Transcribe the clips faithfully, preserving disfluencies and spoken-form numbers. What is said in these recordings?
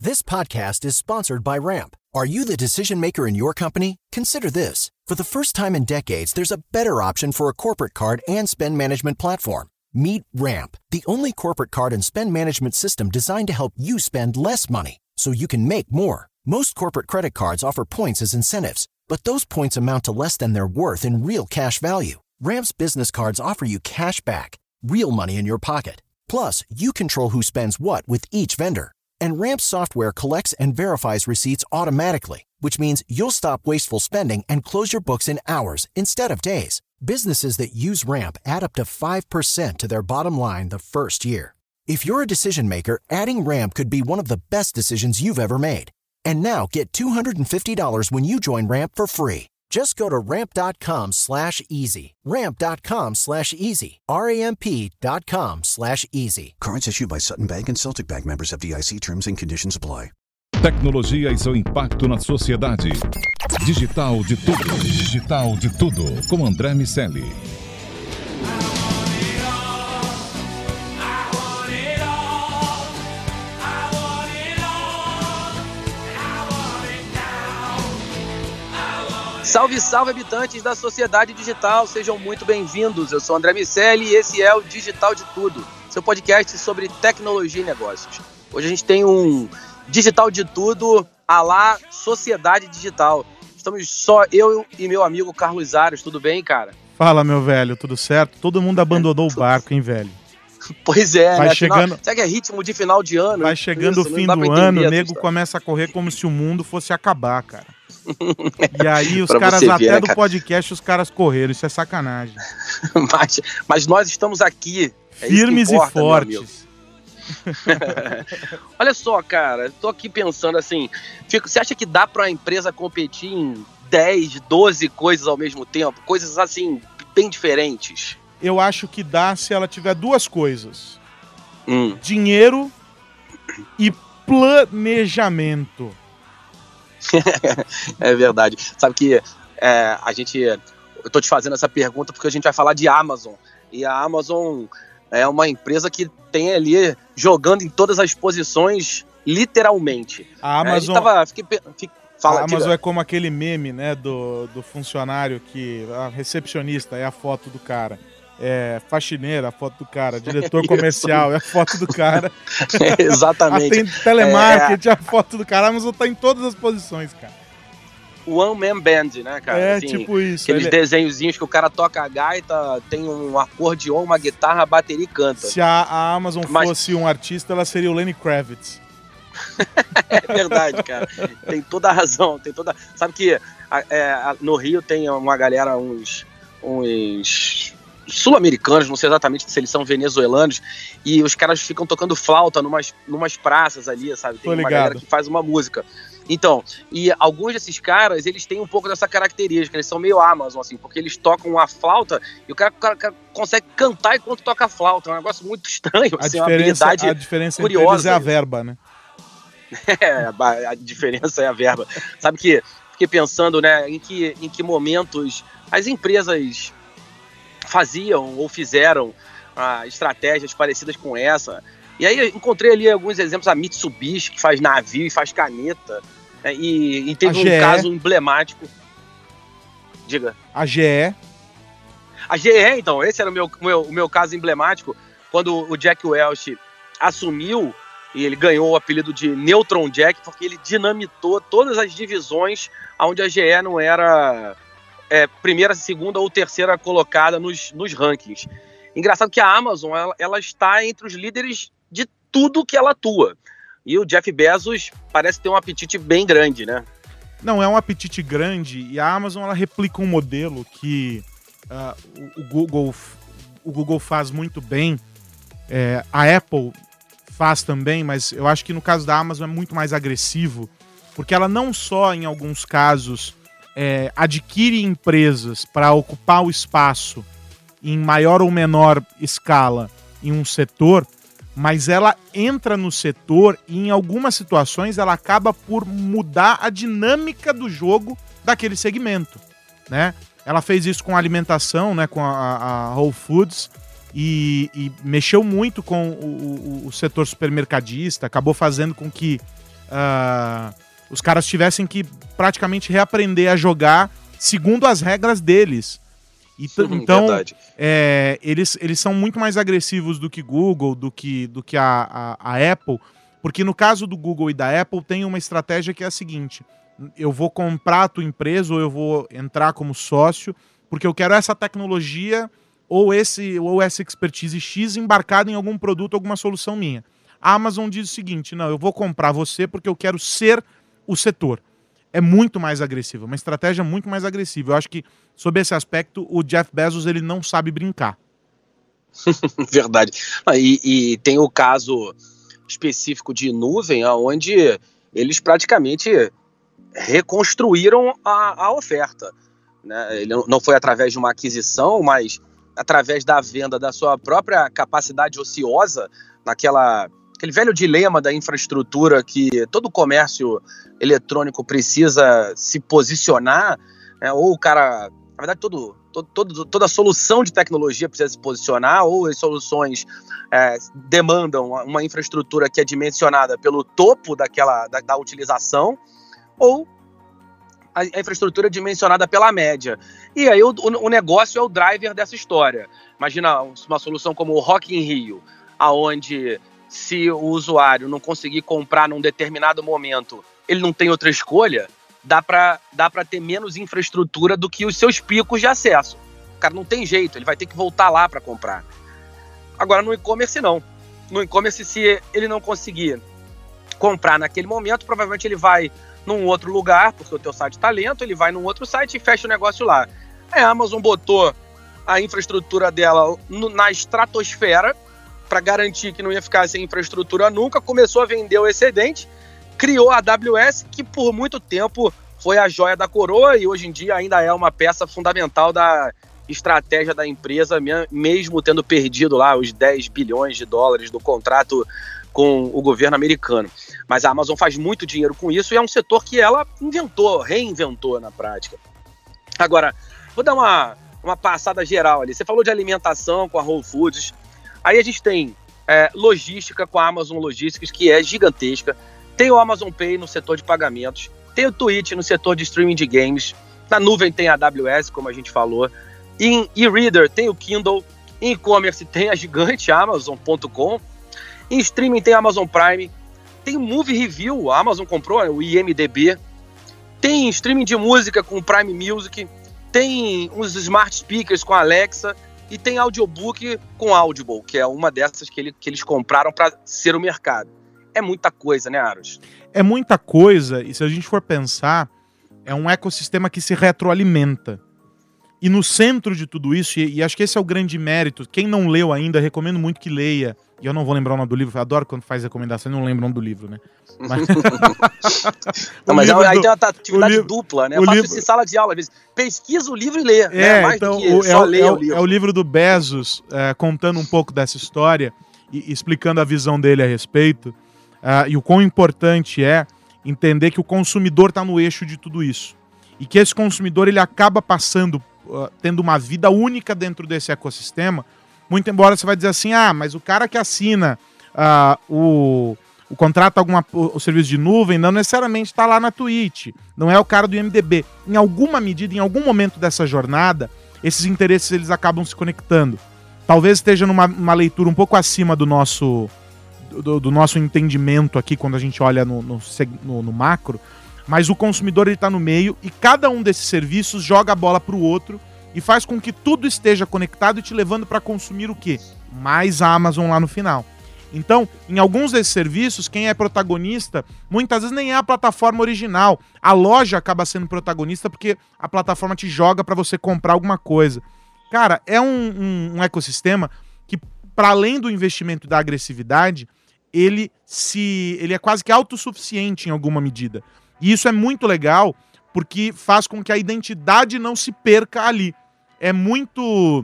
This podcast is sponsored by Ramp. Are you the decision maker in your company? Consider this. For the first time in decades, there's a better option for a corporate card and spend management platform. Meet Ramp, the only corporate card and spend management system designed to help you spend less money so you can make more. Most corporate credit cards offer points as incentives, but those points amount to less than their worth in real cash value. Ramp's business cards offer you cash back, real money in your pocket. Plus, you control who spends what with each vendor. And Ramp's software collects and verifies receipts automatically, which means you'll stop wasteful spending and close your books in hours instead of days. Businesses that use Ramp add up to five percent to their bottom line the first year. If you're a decision maker, adding Ramp could be one of the best decisions you've ever made. And now get two hundred fifty dollars when you join Ramp for free. Just go to ramp.com slash easy. Ramp.com slash easy. R-A-M-P.com slash easy. Cards issued by Sutton Bank and Celtic Bank, members F D I C. Terms and conditions apply. Tecnologia e seu impacto na sociedade. Digital de tudo. Digital de tudo. Com André Miceli. Salve, salve, habitantes da sociedade digital, sejam muito bem-vindos. Eu sou André Miceli e esse é o Digital de Tudo, seu podcast sobre tecnologia e negócios. Hoje a gente tem um Digital de Tudo à la sociedade digital. Estamos só eu e meu amigo Carlos Aros, tudo bem, cara? Fala, meu velho, tudo certo? Todo mundo abandonou o barco, hein, velho? Pois é, vai né? chegando... Final... Será que é ritmo de final de ano? Vai chegando Isso, o fim do ano, o nego começa a correr como se o mundo fosse acabar, cara. E aí os caras ver, até né, do cara? podcast, os caras correram, isso é sacanagem. mas, mas nós estamos aqui. É firmes importa, e fortes. Olha só, cara, tô aqui pensando assim, fico, você acha que dá pra uma empresa competir em dez, doze coisas ao mesmo tempo? Coisas assim, bem diferentes? Eu acho que dá se ela tiver duas coisas. Hum. Dinheiro e planejamento. É verdade. Sabe que é, a gente... Eu tô te fazendo essa pergunta porque a gente vai falar de Amazon. E a Amazon é uma empresa que tem ali jogando em todas as posições, literalmente. A Amazon... É, a tava, fiquei, fiquei, fala, a Amazon diga. É como aquele meme, né, do, do funcionário que... A recepcionista é a foto do cara. É faxineira, a foto do cara. Diretor comercial, é a foto do cara. É, exatamente. Tem telemarketing, é... a foto do cara. A Amazon tá em todas as posições, cara. One Man Band, né, cara? É, assim, tipo isso. Aqueles ele... desenhozinhos que o cara toca a gaita, tem um acordeon, uma guitarra, a bateria e canta. Se a, a Amazon Mas... fosse um artista, ela seria o Lenny Kravitz. É verdade, cara. Tem toda a razão. Tem toda... Sabe que é, no Rio tem uma galera, uns... uns... sul-americanos, não sei exatamente se eles são venezuelanos, e os caras ficam tocando flauta numas, numas praças ali, sabe? Tem Tô uma ligado. galera que faz uma música. Então, e alguns desses caras, eles têm um pouco dessa característica, eles são meio Amazon, assim, porque eles tocam a flauta e o cara, o cara, o cara consegue cantar enquanto toca a flauta. É um negócio muito estranho, a assim, diferença, uma habilidade a diferença curiosa. Entre eles é a verba, né? É, a, a diferença é a verba. Sabe que fiquei pensando, né, em que, em que momentos as empresas faziam ou fizeram ah, estratégias parecidas com essa. E aí encontrei ali alguns exemplos, a Mitsubishi, que faz navio e faz caneta, né, e, e teve um caso emblemático. Diga. A G E. A G E, então, esse era o meu, meu, o meu caso emblemático, quando o Jack Welch assumiu, e ele ganhou o apelido de Neutron Jack, porque ele dinamitou todas as divisões onde a G E não era... É, primeira, segunda ou terceira colocada nos, nos rankings. Engraçado que a Amazon ela, ela está entre os líderes de tudo que ela atua. E o Jeff Bezos parece ter um apetite bem grande, né? Não, é um apetite grande e a Amazon ela replica um modelo que uh, o, o, Google, o Google faz muito bem. É, a Apple faz também, mas eu acho que no caso da Amazon é muito mais agressivo, porque ela não só, em alguns casos... É, adquire empresas para ocupar o espaço em maior ou menor escala em um setor, mas ela entra no setor e em algumas situações ela acaba por mudar a dinâmica do jogo daquele segmento, né? Ela fez isso com a alimentação, né, com a, a Whole Foods e, e mexeu muito com o, o, o setor supermercadista, acabou fazendo com que uh, os caras tivessem que praticamente reaprender a jogar segundo as regras deles. E t- então, é, eles, eles são muito mais agressivos do que Google, do que, do que a, a, a Apple, porque no caso do Google e da Apple tem uma estratégia que é a seguinte: eu vou comprar a tua empresa ou eu vou entrar como sócio porque eu quero essa tecnologia ou, esse, ou essa expertise X embarcada em algum produto, alguma solução minha. A Amazon diz o seguinte: não, eu vou comprar você porque eu quero ser o setor. É muito mais agressiva, uma estratégia muito mais agressiva. Eu acho que, sob esse aspecto, o Jeff Bezos ele não sabe brincar. Verdade. E, e tem o caso específico de nuvem, onde eles praticamente reconstruíram a, a oferta. Né? Ele não foi através de uma aquisição, mas através da venda da sua própria capacidade ociosa, naquela... aquele velho dilema da infraestrutura que todo comércio eletrônico precisa se posicionar, né? Ou o cara, na verdade, todo, todo, todo, toda solução de tecnologia precisa se posicionar, ou as soluções é, demandam uma infraestrutura que é dimensionada pelo topo daquela, da, da utilização, ou a, a infraestrutura dimensionada pela média. E aí o, o, o negócio é o driver dessa história. Imagina uma solução como o Rock in Rio, aonde... se o usuário não conseguir comprar num determinado momento, ele não tem outra escolha, dá para dá para ter menos infraestrutura do que os seus picos de acesso. O cara não tem jeito, ele vai ter que voltar lá para comprar. Agora, no e-commerce, não. No e-commerce, se ele não conseguir comprar naquele momento, provavelmente ele vai num outro lugar, porque o teu site está lento, ele vai num outro site e fecha o negócio lá. A Amazon botou a infraestrutura dela no, na estratosfera, para garantir que não ia ficar sem infraestrutura nunca, começou a vender o excedente, criou a A W S, que por muito tempo foi a joia da coroa e hoje em dia ainda é uma peça fundamental da estratégia da empresa, mesmo tendo perdido lá os dez bilhões de dólares do contrato com o governo americano. Mas a Amazon faz muito dinheiro com isso e é um setor que ela inventou, reinventou na prática. Agora, vou dar uma, uma passada geral ali. Você falou de alimentação com a Whole Foods. Aí a gente tem é, logística com a Amazon Logistics, que é gigantesca. Tem o Amazon Pay no setor de pagamentos. Tem o Twitch no setor de streaming de games. Na nuvem tem a A W S, como a gente falou. Em e-reader tem o Kindle. Em e-commerce tem a gigante Amazon ponto com. Em streaming tem a Amazon Prime. Tem o Movie Review, a Amazon comprou, o I M D B. Tem streaming de música com o Prime Music. Tem uns smart speakers com a Alexa. E tem audiobook com Audible, que é uma dessas que, ele, que eles compraram para ser o mercado. É muita coisa, né, Aros? É muita coisa, e se a gente for pensar, é um ecossistema que se retroalimenta. E no centro de tudo isso, e, e acho que esse é o grande mérito, quem não leu ainda, recomendo muito que leia. E eu não vou lembrar o nome do livro, eu adoro quando faz recomendação e não lembro o nome do livro, né? Mas, não, mas aí do... tem uma atividade livro... dupla, né? Eu faço livro... isso em sala de aula, às vezes. Pesquisa o livro e lê, é, né? Mais então, do que o, só é, ler é, o livro. É o livro do Bezos, é, contando um pouco dessa história e explicando a visão dele a respeito. Uh, e o quão importante é entender que o consumidor está no eixo de tudo isso. E que esse consumidor ele acaba passando, uh, tendo uma vida única dentro desse ecossistema. Muito embora você vai dizer assim, ah, mas o cara que assina uh, o, o contrato, alguma, o, o serviço de nuvem, não necessariamente está lá na Twitch, não é o cara do I M D B. Em alguma medida, em algum momento dessa jornada, esses interesses eles acabam se conectando. Talvez esteja numa, numa leitura um pouco acima do nosso, do, do nosso entendimento aqui, quando a gente olha no, no, no, no macro, mas o consumidor está no meio e cada um desses serviços joga a bola para o outro e faz com que tudo esteja conectado e te levando para consumir o quê? Mais a Amazon lá no final. Então, em alguns desses serviços, quem é protagonista, muitas vezes nem é a plataforma original. A loja acaba sendo protagonista porque a plataforma te joga para você comprar alguma coisa. Cara, é um, um, um ecossistema que, para além do investimento da agressividade, ele, se, ele é quase que autossuficiente em alguma medida. E isso é muito legal porque faz com que a identidade não se perca ali. É muito,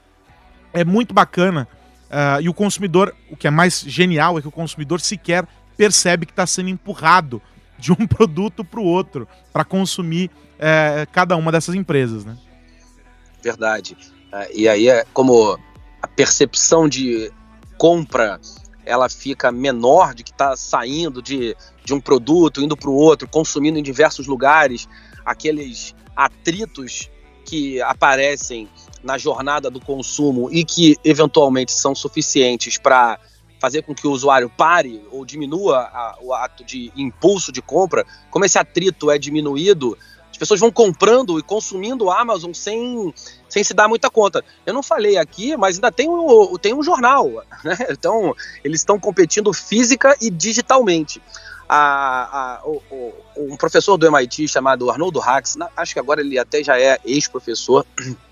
é muito bacana. Uh, e o consumidor, o que é mais genial é que o consumidor sequer percebe que está sendo empurrado de um produto para o outro para consumir uh, cada uma dessas empresas, né? Verdade. Uh, e aí é como a percepção de compra ela fica menor de que está saindo de, de um produto, indo para o outro, consumindo em diversos lugares, aqueles atritos que aparecem na jornada do consumo e que eventualmente são suficientes para fazer com que o usuário pare ou diminua a, o ato de impulso de compra, como esse atrito é diminuído, as pessoas vão comprando e consumindo o Amazon sem, sem se dar muita conta. Eu não falei aqui, mas ainda tem um, tem um jornal, né? Então, eles estão competindo física e digitalmente. A, a, o, o, um professor do M I T chamado Arnoldo Hax, acho que agora ele até já é ex-professor,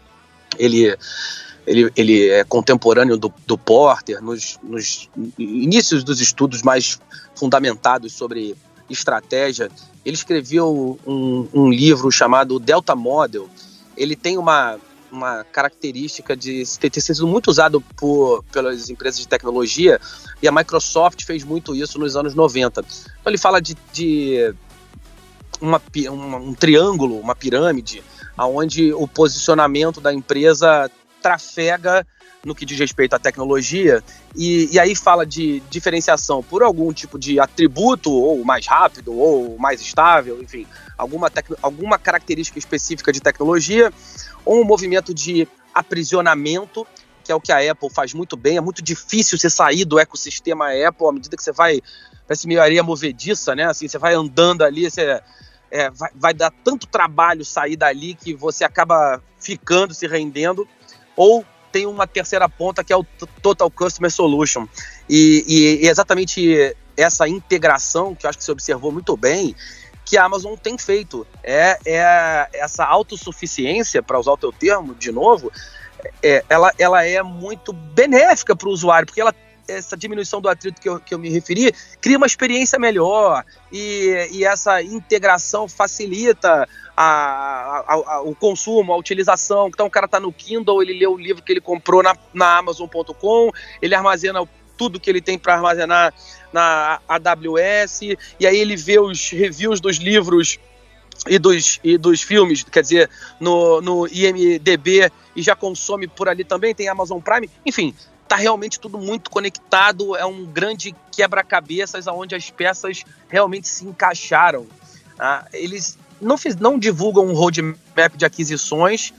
ele... Ele, ele é contemporâneo do, do Porter, nos, nos inícios dos estudos mais fundamentados sobre estratégia. Ele escreveu um, um livro chamado Delta Model. Ele tem uma, uma característica de ter sido muito usado por, pelas empresas de tecnologia, e a Microsoft fez muito isso nos anos noventa. Então ele fala de, de uma, uma, um triângulo, uma pirâmide, onde o posicionamento da empresa trafega no que diz respeito à tecnologia, e, e aí fala de diferenciação por algum tipo de atributo, ou mais rápido, ou mais estável, enfim, alguma, tec- alguma característica específica de tecnologia, ou um movimento de aprisionamento, que é o que a Apple faz muito bem. É muito difícil você sair do ecossistema Apple à medida que você vai, parece meio areia movediça, né? Assim, você vai andando ali, você... É, vai, vai dar tanto trabalho sair dali que você acaba ficando, se rendendo. Ou tem uma terceira ponta que é o Total Customer Solution. E, e, e exatamente essa integração, que eu acho que você observou muito bem, que a Amazon tem feito. É, é essa autossuficiência, para usar o teu termo de novo, é, ela, ela é muito benéfica para o usuário, porque ela, essa diminuição do atrito que eu, que eu me referi cria uma experiência melhor, e, e essa integração facilita A, a, a, o consumo, a utilização. Então o cara tá no Kindle, ele lê o livro que ele comprou na, na Amazon ponto com, ele armazena tudo que ele tem para armazenar na A W S, e aí ele vê os reviews dos livros e dos, e dos filmes, quer dizer, no, no I M D B, e já consome por ali também, tem Amazon Prime, enfim, tá realmente tudo muito conectado, é um grande quebra-cabeças onde as peças realmente se encaixaram. Ah, eles Não, fiz, não divulgam um roadmap de aquisições,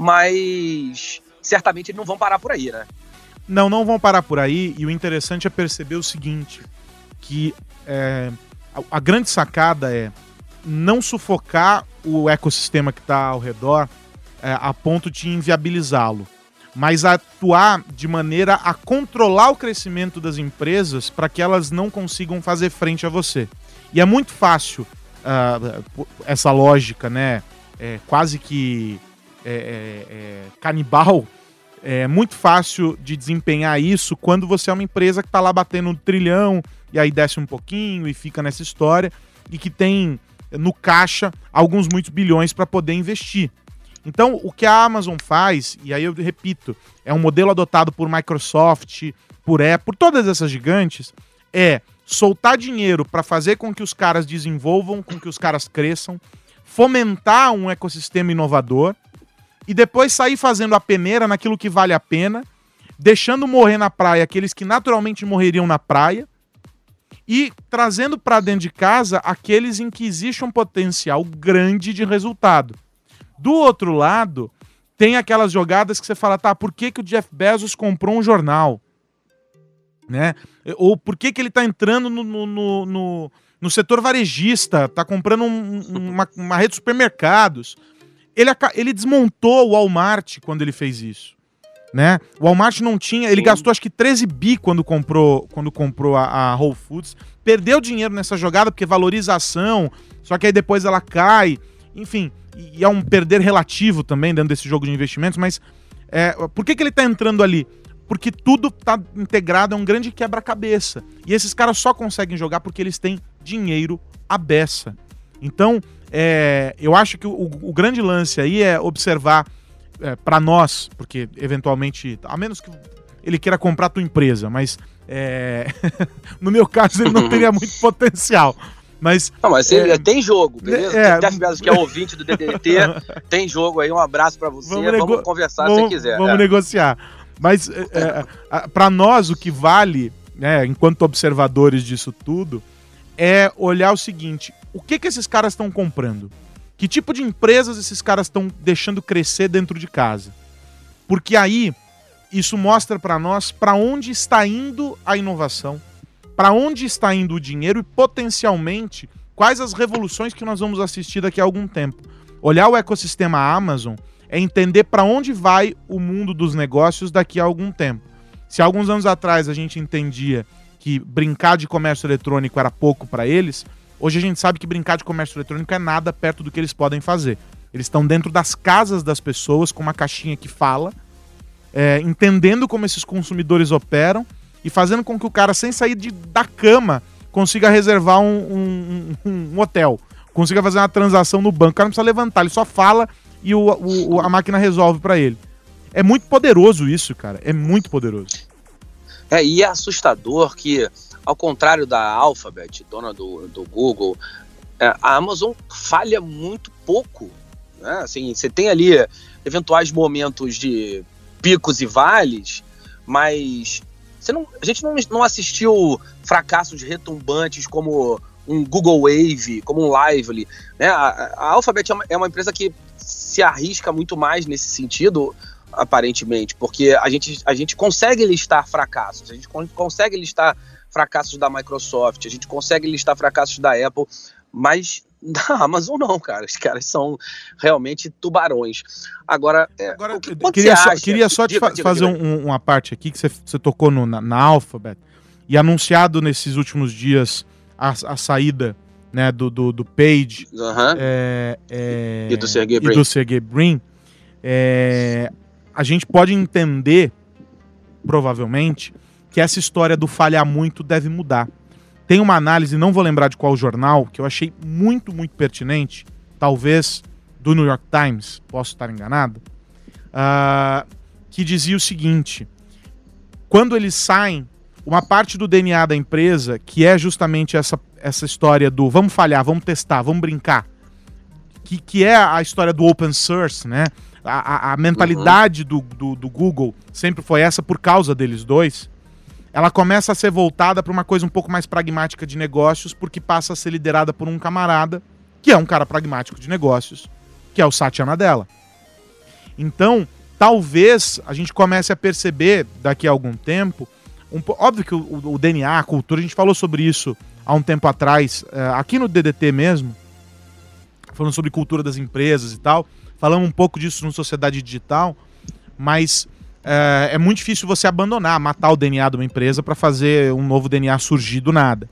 mas certamente eles não vão parar por aí, né? Não, não vão parar por aí, e o interessante é perceber o seguinte, que é, a, a grande sacada é não sufocar o ecossistema que está ao redor é, a ponto de inviabilizá-lo, mas atuar de maneira a controlar o crescimento das empresas para que elas não consigam fazer frente a você. E é muito fácil Uh, essa lógica, né, é, quase que é, é, é, canibal, é muito fácil de desempenhar isso quando você é uma empresa que está lá batendo um trilhão e aí desce um pouquinho e fica nessa história, e que tem no caixa alguns muitos bilhões para poder investir. Então, o que a Amazon faz, e aí eu repito, é um modelo adotado por Microsoft, por Apple, por todas essas gigantes, é soltar dinheiro para fazer com que os caras desenvolvam, com que os caras cresçam, fomentar um ecossistema inovador e depois sair fazendo a peneira naquilo que vale a pena, deixando morrer na praia aqueles que naturalmente morreriam na praia e trazendo para dentro de casa aqueles em que existe um potencial grande de resultado. Do outro lado, tem aquelas jogadas que você fala, tá, por que, que o Jeff Bezos comprou um jornal? Né? Ou por que, que ele está entrando no, no, no, no setor varejista, está comprando um, uma, uma rede de supermercados. Ele, ele desmontou o Walmart quando ele fez isso. Né? O Walmart não tinha, ele gastou acho que treze bi quando comprou, quando comprou a, a Whole Foods, perdeu dinheiro nessa jogada porque valorização, só que aí depois ela cai, enfim, e é um perder relativo também dentro desse jogo de investimentos, mas é, por que, que ele está entrando ali? Porque tudo tá integrado, é um grande quebra-cabeça. E esses caras só conseguem jogar porque eles têm dinheiro à beça. Então, é, eu acho que o, o grande lance aí é observar é, para nós, porque eventualmente, a menos que ele queira comprar a tua empresa, mas é, no meu caso ele não teria muito potencial. Mas, não, mas é, tem jogo, beleza? É, Jeff Bezos, que é ouvinte do D D T, tem jogo aí, um abraço para você, vamos, nego- vamos conversar vamos, se você quiser. Vamos é. negociar. Mas, é, para nós, o que vale, né, enquanto observadores disso tudo, é olhar o seguinte, o que que esses caras estão comprando? Que tipo de empresas esses caras estão deixando crescer dentro de casa? Porque aí, isso mostra para nós para onde está indo a inovação, para onde está indo o dinheiro e, potencialmente, quais as revoluções que nós vamos assistir daqui a algum tempo. Olhar o ecossistema Amazon é entender para onde vai o mundo dos negócios daqui a algum tempo. Se alguns anos atrás a gente entendia que brincar de comércio eletrônico era pouco para eles, hoje a gente sabe que brincar de comércio eletrônico é nada perto do que eles podem fazer. Eles estão dentro das casas das pessoas com uma caixinha que fala, é, entendendo como esses consumidores operam e fazendo com que o cara, sem sair de, da cama, consiga reservar um, um, um, um hotel, consiga fazer uma transação no banco. O cara não precisa levantar, ele só fala e o, o, a máquina resolve para ele. É muito poderoso isso, cara. É muito poderoso. É, e é assustador que, ao contrário da Alphabet, dona do, do Google, é, a Amazon falha muito pouco. Né? Assim, você tem ali eventuais momentos de picos e vales, mas você não, a gente não, não assistiu fracassos retumbantes como um Google Wave, como um Lively. Né? A, a Alphabet é uma, é uma empresa que se arrisca muito mais nesse sentido, aparentemente, porque a gente, a gente consegue listar fracassos, a gente con- consegue listar fracassos da Microsoft, a gente consegue listar fracassos da Apple, mas da Amazon não, cara. Os caras são realmente tubarões. Agora, é, Agora o que, queria, só, acha? queria só te diga, fa- diga, fazer diga. Um, uma parte aqui que você, você tocou no, na, na Alphabet e anunciado nesses últimos dias a, a saída, né, do, do, do Page Uhum. é, é, E do Sergey e Brin. do Sergey Brin. É, a gente pode entender, provavelmente, que essa história do falhar muito deve mudar. Tem uma análise, não vou lembrar de qual jornal, que eu achei muito, muito pertinente, talvez do New York Times, posso estar enganado, uh, que dizia o seguinte: quando eles saem, uma parte do D N A da empresa, que é justamente essa, essa história do vamos falhar, vamos testar, vamos brincar, que, que é a história do open source, né? A, a, a mentalidade uhum. do, do, do Google sempre foi essa por causa deles dois. Ela começa a ser voltada para uma coisa um pouco mais pragmática de negócios, porque passa a ser liderada por um camarada, que é um cara pragmático de negócios, que é o Satya Nadella. Então, talvez a gente comece a perceber, daqui a algum tempo, um, óbvio que o, o D N A, a cultura, a gente falou sobre isso há um tempo atrás, aqui no D D T mesmo, falando sobre cultura das empresas e tal, falamos um pouco disso no Sociedade Digital, mas é, é muito difícil você abandonar, matar o D N A de uma empresa para fazer um novo D N A surgir do nada.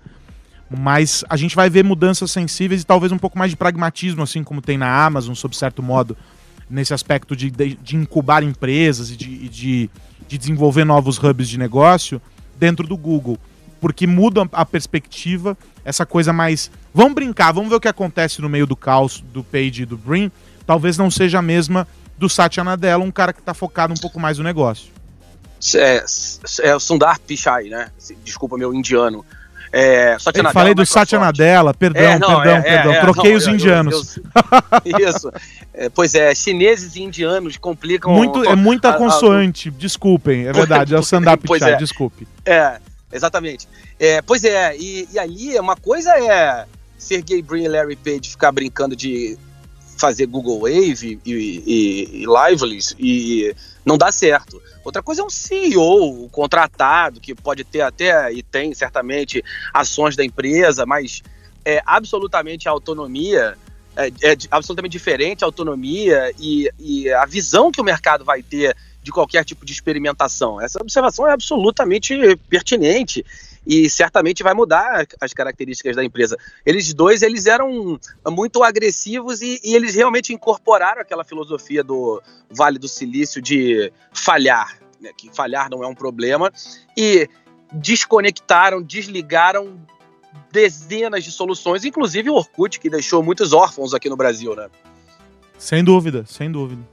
Mas a gente vai ver mudanças sensíveis e talvez um pouco mais de pragmatismo, assim como tem na Amazon, sob certo modo, nesse aspecto de, de, de incubar empresas e de, de, de desenvolver novos hubs de negócio dentro do Google. Porque muda a perspectiva, essa coisa mais... Vamos brincar, vamos ver o que acontece no meio do caos do Page e do Brin. Talvez não seja a mesma do Satya Nadella, um cara que está focado um pouco mais no negócio. É, é o Sundar Pichai, né? Desculpa meu indiano. É, Eu Nadella, falei do Satya Nadella, perdão, é, não, perdão, é, perdão. É, Troquei não, os eu, indianos. Eu, eu, isso. É, pois é, chineses e indianos complicam... Muito, é muita a, consoante, a, a, desculpem, é verdade, é o Sundar Pichai, é, desculpe. É, exatamente. É, pois é, e, e ali uma coisa é Sergey Brin e Larry Page ficar brincando de fazer Google Wave e, e, e Lively's e não dá certo. Outra coisa é um C E O contratado, que pode ter até, e tem certamente, ações da empresa, mas é absolutamente a autonomia, é, é absolutamente diferente a autonomia e, e a visão que o mercado vai ter de qualquer tipo de experimentação. Essa observação é absolutamente pertinente e certamente vai mudar as características da empresa. Eles dois, eles eram muito agressivos e, e eles realmente incorporaram aquela filosofia do Vale do Silício de falhar, né, que falhar não é um problema, e desconectaram, desligaram dezenas de soluções, inclusive o Orkut, que deixou muitos órfãos aqui no Brasil, né? Sem dúvida, sem dúvida.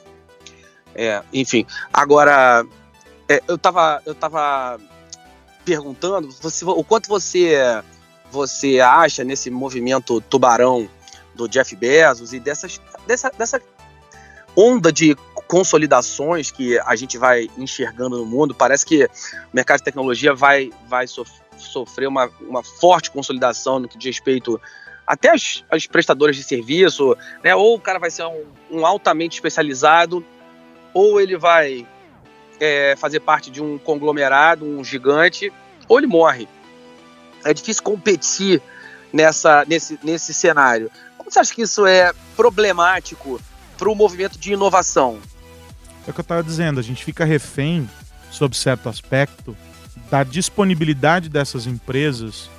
É, enfim, agora, é, eu tava... Eu tava perguntando você, o quanto você, você acha nesse movimento tubarão do Jeff Bezos e dessas, dessa, dessa onda de consolidações que a gente vai enxergando no mundo. Parece que o mercado de tecnologia vai, vai sof- sofrer uma, uma forte consolidação no que diz respeito até as, as prestadoras de serviço, né? Ou o cara vai ser um, um altamente especializado, ou ele vai é, fazer parte de um conglomerado, um gigante, ou ele morre. É difícil competir nessa, nesse, nesse cenário. Como você acha que isso é problemático para o movimento de inovação? É o que eu estava dizendo, a gente fica refém, sob certo aspecto, da disponibilidade dessas empresas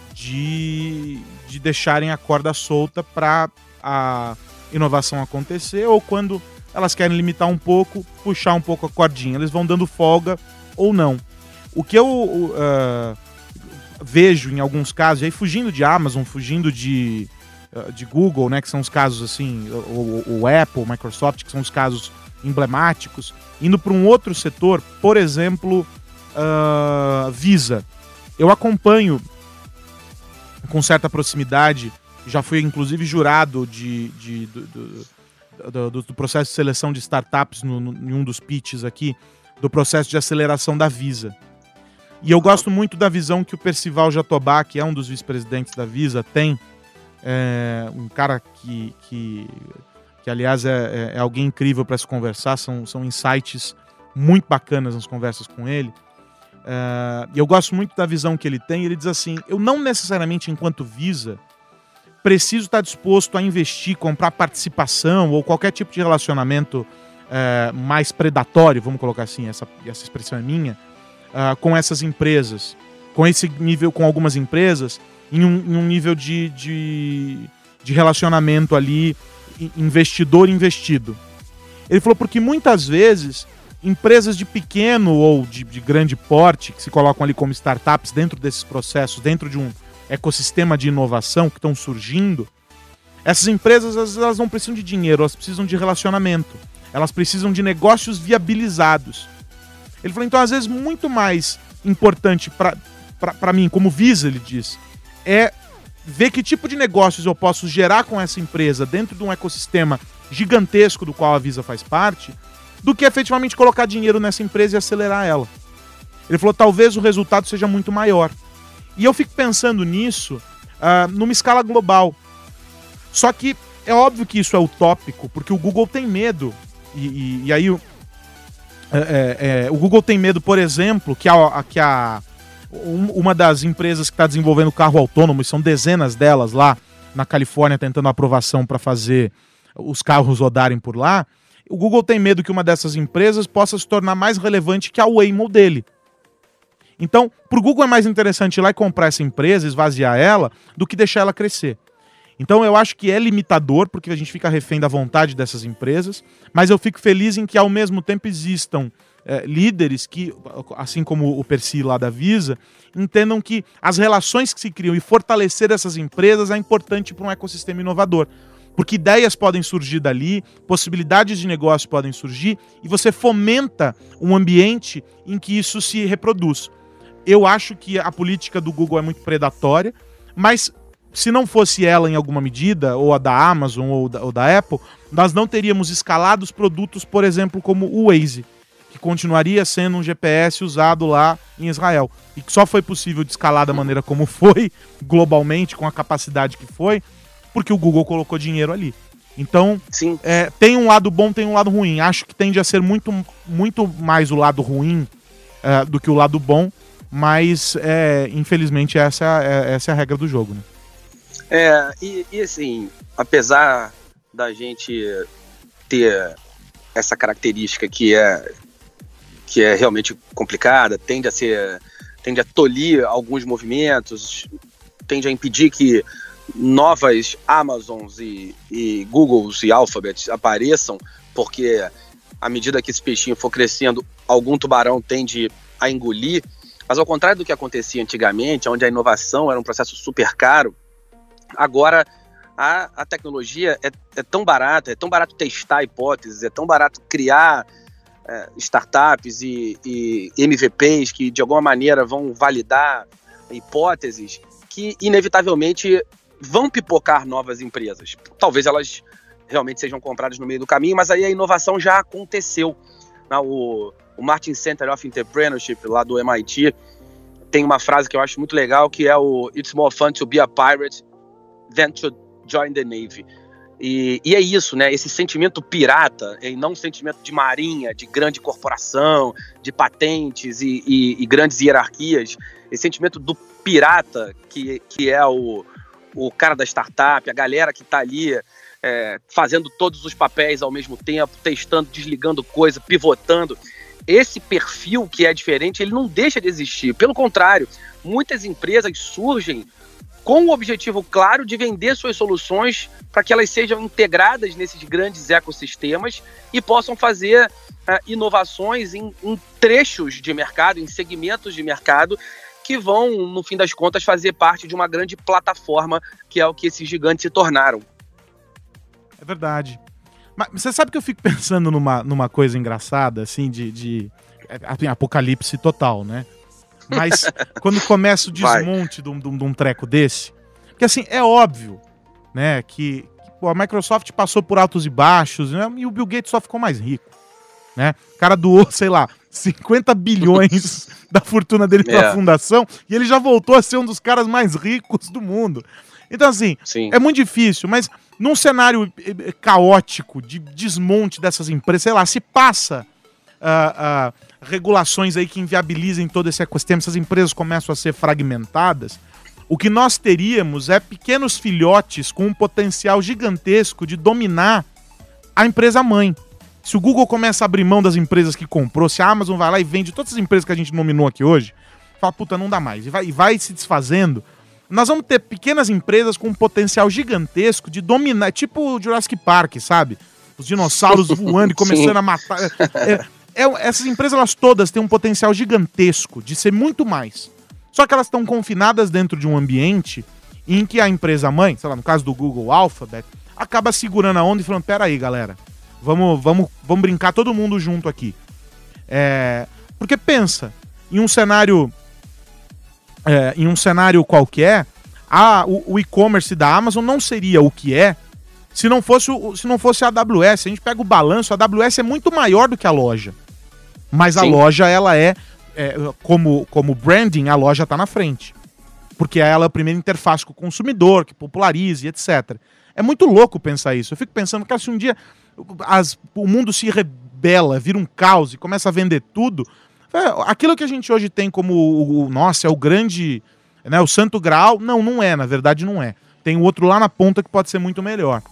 de, de deixarem a corda solta para a inovação acontecer, ou quando elas querem limitar um pouco, puxar um pouco a cordinha. Eles vão dando folga ou não. O que eu uh, vejo em alguns casos, aí fugindo de Amazon, fugindo de, uh, de Google, né, que são os casos assim, o, o Apple, Microsoft, que são os casos emblemáticos, indo para um outro setor, por exemplo, uh, Visa. Eu acompanho com certa proximidade, já fui inclusive jurado de, de, do, do, do, do processo de seleção de startups no, no, em um dos pitches aqui, do processo de aceleração da Visa. E eu gosto muito da visão que o Percival Jatobá, que é um dos vice-presidentes da Visa, tem. É um cara que, que, que aliás, é, é alguém incrível para se conversar, são, são insights muito bacanas nas conversas com ele. É, e eu gosto muito da visão que ele tem. Ele diz assim, eu não necessariamente, enquanto Visa, preciso estar disposto a investir, comprar participação ou qualquer tipo de relacionamento é, mais predatório, vamos colocar assim, essa, essa expressão é minha, Uh, com essas empresas, com esse nível, com algumas empresas, em um, em um nível de, de, de relacionamento ali, investidor-investido. Ele falou porque muitas vezes empresas de pequeno ou de, de grande porte, que se colocam ali como startups dentro desses processos, dentro de um ecossistema de inovação que estão surgindo, essas empresas às vezes, elas não precisam de dinheiro, elas precisam de relacionamento, elas precisam de negócios viabilizados. Ele falou, então, às vezes, muito mais importante para mim, como Visa, ele diz, é ver que tipo de negócios eu posso gerar com essa empresa dentro de um ecossistema gigantesco do qual a Visa faz parte, do que efetivamente colocar dinheiro nessa empresa e acelerar ela. Ele falou, talvez o resultado seja muito maior. E eu fico pensando nisso uh, numa escala global. Só que é óbvio que isso é utópico, porque o Google tem medo, e, e, e aí... É, é, o Google tem medo, por exemplo, que, a, que a, um, uma das empresas que está desenvolvendo carro autônomo, e são dezenas delas lá na Califórnia tentando aprovação para fazer os carros rodarem por lá, o Google tem medo que uma dessas empresas possa se tornar mais relevante que a Waymo dele. Então, para o Google é mais interessante ir lá e comprar essa empresa, esvaziar ela, do que deixar ela crescer. Então eu acho que é limitador, porque a gente fica refém da vontade dessas empresas, mas eu fico feliz em que ao mesmo tempo existam é, líderes que, assim como o Percy lá da Visa, entendam que as relações que se criam e fortalecer essas empresas é importante para um ecossistema inovador. Porque ideias podem surgir dali, possibilidades de negócio podem surgir, e você fomenta um ambiente em que isso se reproduz. Eu acho que a política do Google é muito predatória, mas... se não fosse ela em alguma medida, ou a da Amazon ou da, ou da Apple, nós não teríamos escalado os produtos, por exemplo, como o Waze, que continuaria sendo um G P S usado lá em Israel. E que só foi possível de escalar da maneira como foi, globalmente, com a capacidade que foi, porque o Google colocou dinheiro ali. Então, é, tem um lado bom, tem um lado ruim. Acho que tende a ser muito, muito mais o lado ruim é, do que o lado bom, mas, é, infelizmente, essa é, essa é a regra do jogo, né? É, e, e assim, apesar da gente ter essa característica que é, que é realmente complicada, tende a ser, tende a tolir alguns movimentos, tende a impedir que novas Amazons e, e Googles e Alphabets apareçam, porque à medida que esse peixinho for crescendo, algum tubarão tende a engolir, mas ao contrário do que acontecia antigamente, onde a inovação era um processo super caro, agora a, a tecnologia é, é tão barata, é tão barato testar hipóteses, é tão barato criar é, startups e, e M V Ps que de alguma maneira vão validar hipóteses que inevitavelmente vão pipocar novas empresas. Talvez elas realmente sejam compradas no meio do caminho, mas aí a inovação já aconteceu. O, o Martin Center of Entrepreneurship lá do M I T tem uma frase que eu acho muito legal, que é o "It's more fun to be a pirate than to join the Navy". E, e é isso, né? Esse sentimento pirata, e não um sentimento de marinha, de grande corporação, de patentes e, e, e grandes hierarquias. Esse sentimento do pirata, que, que é o, o cara da startup, a galera que está ali é, fazendo todos os papéis ao mesmo tempo, testando, desligando coisa, pivotando. Esse perfil que é diferente, ele não deixa de existir. Pelo contrário, muitas empresas surgem com o objetivo claro de vender suas soluções para que elas sejam integradas nesses grandes ecossistemas e possam fazer uh, inovações em, em trechos de mercado, em segmentos de mercado, que vão, no fim das contas, fazer parte de uma grande plataforma, que é o que esses gigantes se tornaram. É verdade. Mas você sabe que eu fico pensando numa, numa coisa engraçada, assim, de, de apocalipse total, né? Mas quando começa o desmonte de um, de, um, de um treco desse, porque assim, é óbvio, né, que, que pô, a Microsoft passou por altos e baixos, né, e o Bill Gates só ficou mais rico, né? O cara doou, sei lá, cinquenta bilhões da fortuna dele pra é. fundação, e ele já voltou a ser um dos caras mais ricos do mundo. Então assim, Sim. é muito difícil, mas num cenário caótico de desmonte dessas empresas, sei lá, se passa uh, uh, regulações aí que inviabilizem todo esse ecossistema, essas empresas começam a ser fragmentadas, o que nós teríamos é pequenos filhotes com um potencial gigantesco de dominar a empresa mãe. Se o Google começa a abrir mão das empresas que comprou, se a Amazon vai lá e vende todas as empresas que a gente nominou aqui hoje, fala, puta, não dá mais, e vai, e vai se desfazendo, nós vamos ter pequenas empresas com um potencial gigantesco de dominar, tipo o Jurassic Park, sabe? Os dinossauros voando e começando a matar. É, é, essas empresas, elas todas têm um potencial gigantesco de ser muito mais. Só que elas estão confinadas dentro de um ambiente em que a empresa mãe, sei lá, no caso do Google Alphabet, acaba segurando a onda e falando, pera aí, galera, vamos, vamos, vamos brincar todo mundo junto aqui. É, porque pensa, em um cenário... É, em um cenário qualquer, a, o, o e-commerce da Amazon não seria o que é se não fosse, o, se não fosse a A W S. A gente pega o balanço, a A W S é muito maior do que a loja. Mas Sim. a loja, ela é, é como, como branding, a loja está na frente. Porque ela é a primeira interface com o consumidor, que populariza e etcétera. É muito louco pensar isso. Eu fico pensando, cara, se um dia as, o mundo se rebela, vira um caos e começa a vender tudo... É, aquilo que a gente hoje tem como o, o, nossa, é o grande, né, o santo graal, não, não é, na verdade não é. Tem o outro lá na ponta que pode ser muito melhor.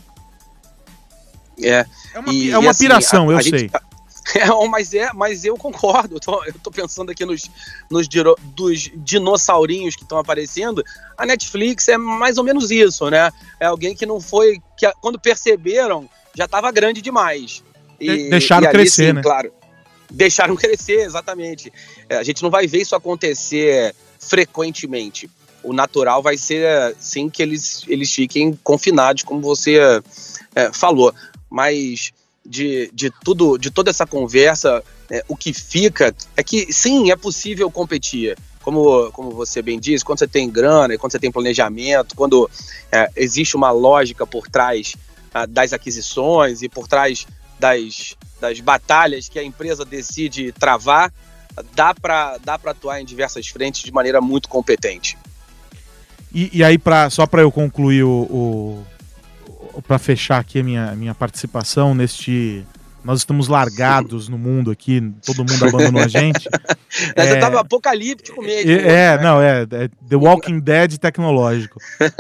É, é uma, e, é uma e piração, assim, a, eu a sei. Gente, é, mas, é, mas eu concordo, eu tô, eu tô pensando aqui nos, nos diro, dos dinossaurinhos que estão aparecendo, a Netflix é mais ou menos isso, né? É alguém que não foi, que quando perceberam, já estava grande demais. E, Deixaram e ali, crescer, sim, né? Claro. Deixaram crescer, exatamente. É, a gente não vai ver isso acontecer frequentemente. O natural vai ser, sim, que eles, eles fiquem confinados, como você é, falou. Mas de, de, tudo, de toda essa conversa, é, o que fica é que, sim, é possível competir. Como, como você bem disse, quando você tem grana, quando você tem planejamento, quando é, existe uma lógica por trás ah, das aquisições e por trás das... das batalhas que a empresa decide travar, dá para dá para atuar em diversas frentes de maneira muito competente. E, e aí, pra, só para eu concluir, o, o, para fechar aqui a minha, minha participação neste... Nós estamos largados no mundo aqui, todo mundo abandonou a gente. é, Você tava apocalíptico mesmo. É, é né? não, é, é The Walking Dead tecnológico.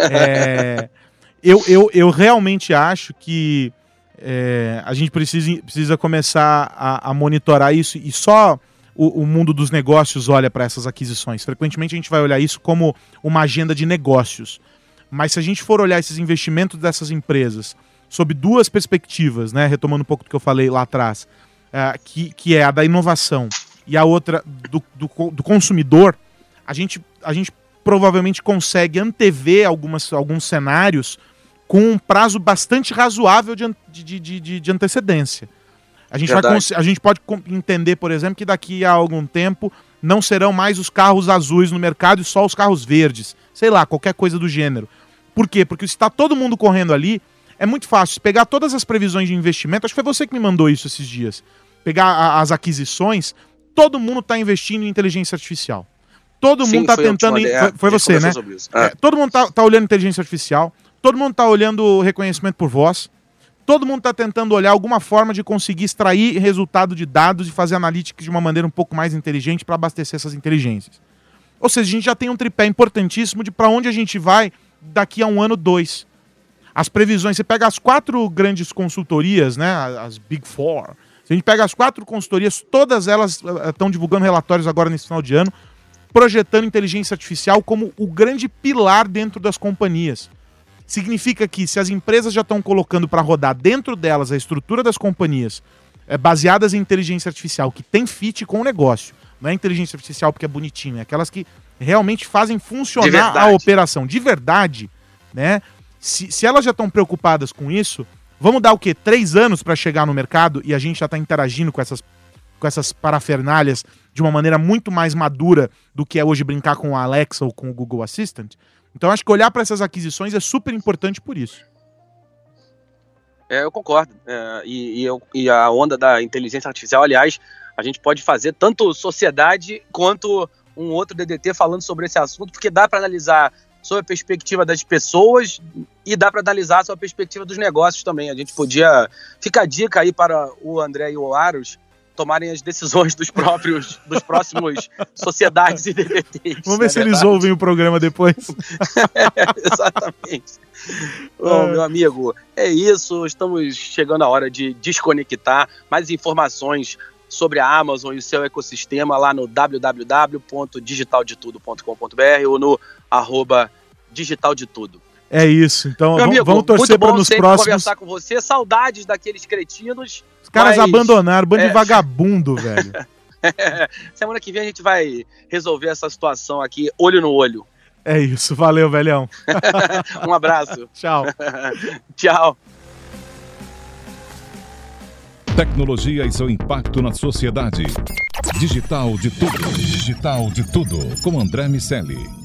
É, eu, eu, eu realmente acho que É, a gente precisa, precisa começar a, a monitorar isso, e só o, o mundo dos negócios olha para essas aquisições. Frequentemente a gente vai olhar isso como uma agenda de negócios, mas se a gente for olhar esses investimentos dessas empresas sob duas perspectivas, né, retomando um pouco do que eu falei lá atrás, é, que, que é a da inovação e a outra do, do, do consumidor, a gente, a gente provavelmente consegue antever algumas, alguns cenários com um prazo bastante razoável de, de, de, de, de antecedência. A gente, vai, a gente pode entender, por exemplo, que daqui a algum tempo não serão mais os carros azuis no mercado e só os carros verdes. Sei lá, qualquer coisa do gênero. Por quê? Porque se está todo mundo correndo ali, é muito fácil. Pegar todas as previsões de investimento, acho que foi você que me mandou isso esses dias. Pegar a, as aquisições, todo mundo está investindo em inteligência artificial. Todo Sim, mundo tá foi eu que te tentando... mandei, Foi, é, foi a gente você, né? conversou sobre isso. É. É, todo mundo tá, tá olhando inteligência artificial, todo mundo tá olhando reconhecimento por voz, todo mundo tá tentando olhar alguma forma de conseguir extrair resultado de dados e fazer analytics de uma maneira um pouco mais inteligente para abastecer essas inteligências. Ou seja, a gente já tem um tripé importantíssimo de para onde a gente vai daqui a um ano, dois. As previsões, você pega as quatro grandes consultorias, né, as Big Four, se a gente pega as quatro consultorias, todas elas estão uh, divulgando relatórios agora nesse final de ano, projetando inteligência artificial como o grande pilar dentro das companhias. Significa que se as empresas já estão colocando para rodar dentro delas a estrutura das companhias é, baseadas em inteligência artificial, que tem fit com o negócio, não é inteligência artificial porque é bonitinho, é aquelas que realmente fazem funcionar a operação de verdade, né? Se, se elas já estão preocupadas com isso, vamos dar o quê? Três anos para chegar no mercado e a gente já está interagindo com essas, com essas parafernálias de uma maneira muito mais madura do que é hoje brincar com a Alexa ou com o Google Assistant? Então acho que olhar para essas aquisições é super importante por isso. É, eu concordo. É, e, e, eu, e a onda da inteligência artificial, aliás, a gente pode fazer tanto sociedade quanto um outro D D T falando sobre esse assunto, porque dá para analisar sob a perspectiva das pessoas e dá para analisar sob a perspectiva dos negócios também. A gente podia... Fica a dica aí para o André e o Aros tomarem as decisões dos próprios, dos próximos sociedades e D D Ts. Vamos ver se eles ouvem o programa depois. É, exatamente. Bom, meu amigo, é isso. Estamos chegando a hora de desconectar. Mais informações sobre a Amazon e o seu ecossistema lá no w w w ponto digital de tudo ponto com ponto b r ou no arroba digital de tudo. É isso. Então meu vamos, amigo, vamos torcer para nos próximos... conversar com você. Saudades daqueles cretinos. Os caras mas... abandonaram, bando é... de vagabundo, velho. Semana que vem a gente vai resolver essa situação aqui, olho no olho. É isso. Valeu, velhão. Um abraço. Tchau. Tchau. Tecnologia e seu impacto na sociedade. Digital de tudo. Digital de tudo. Com André Miceli.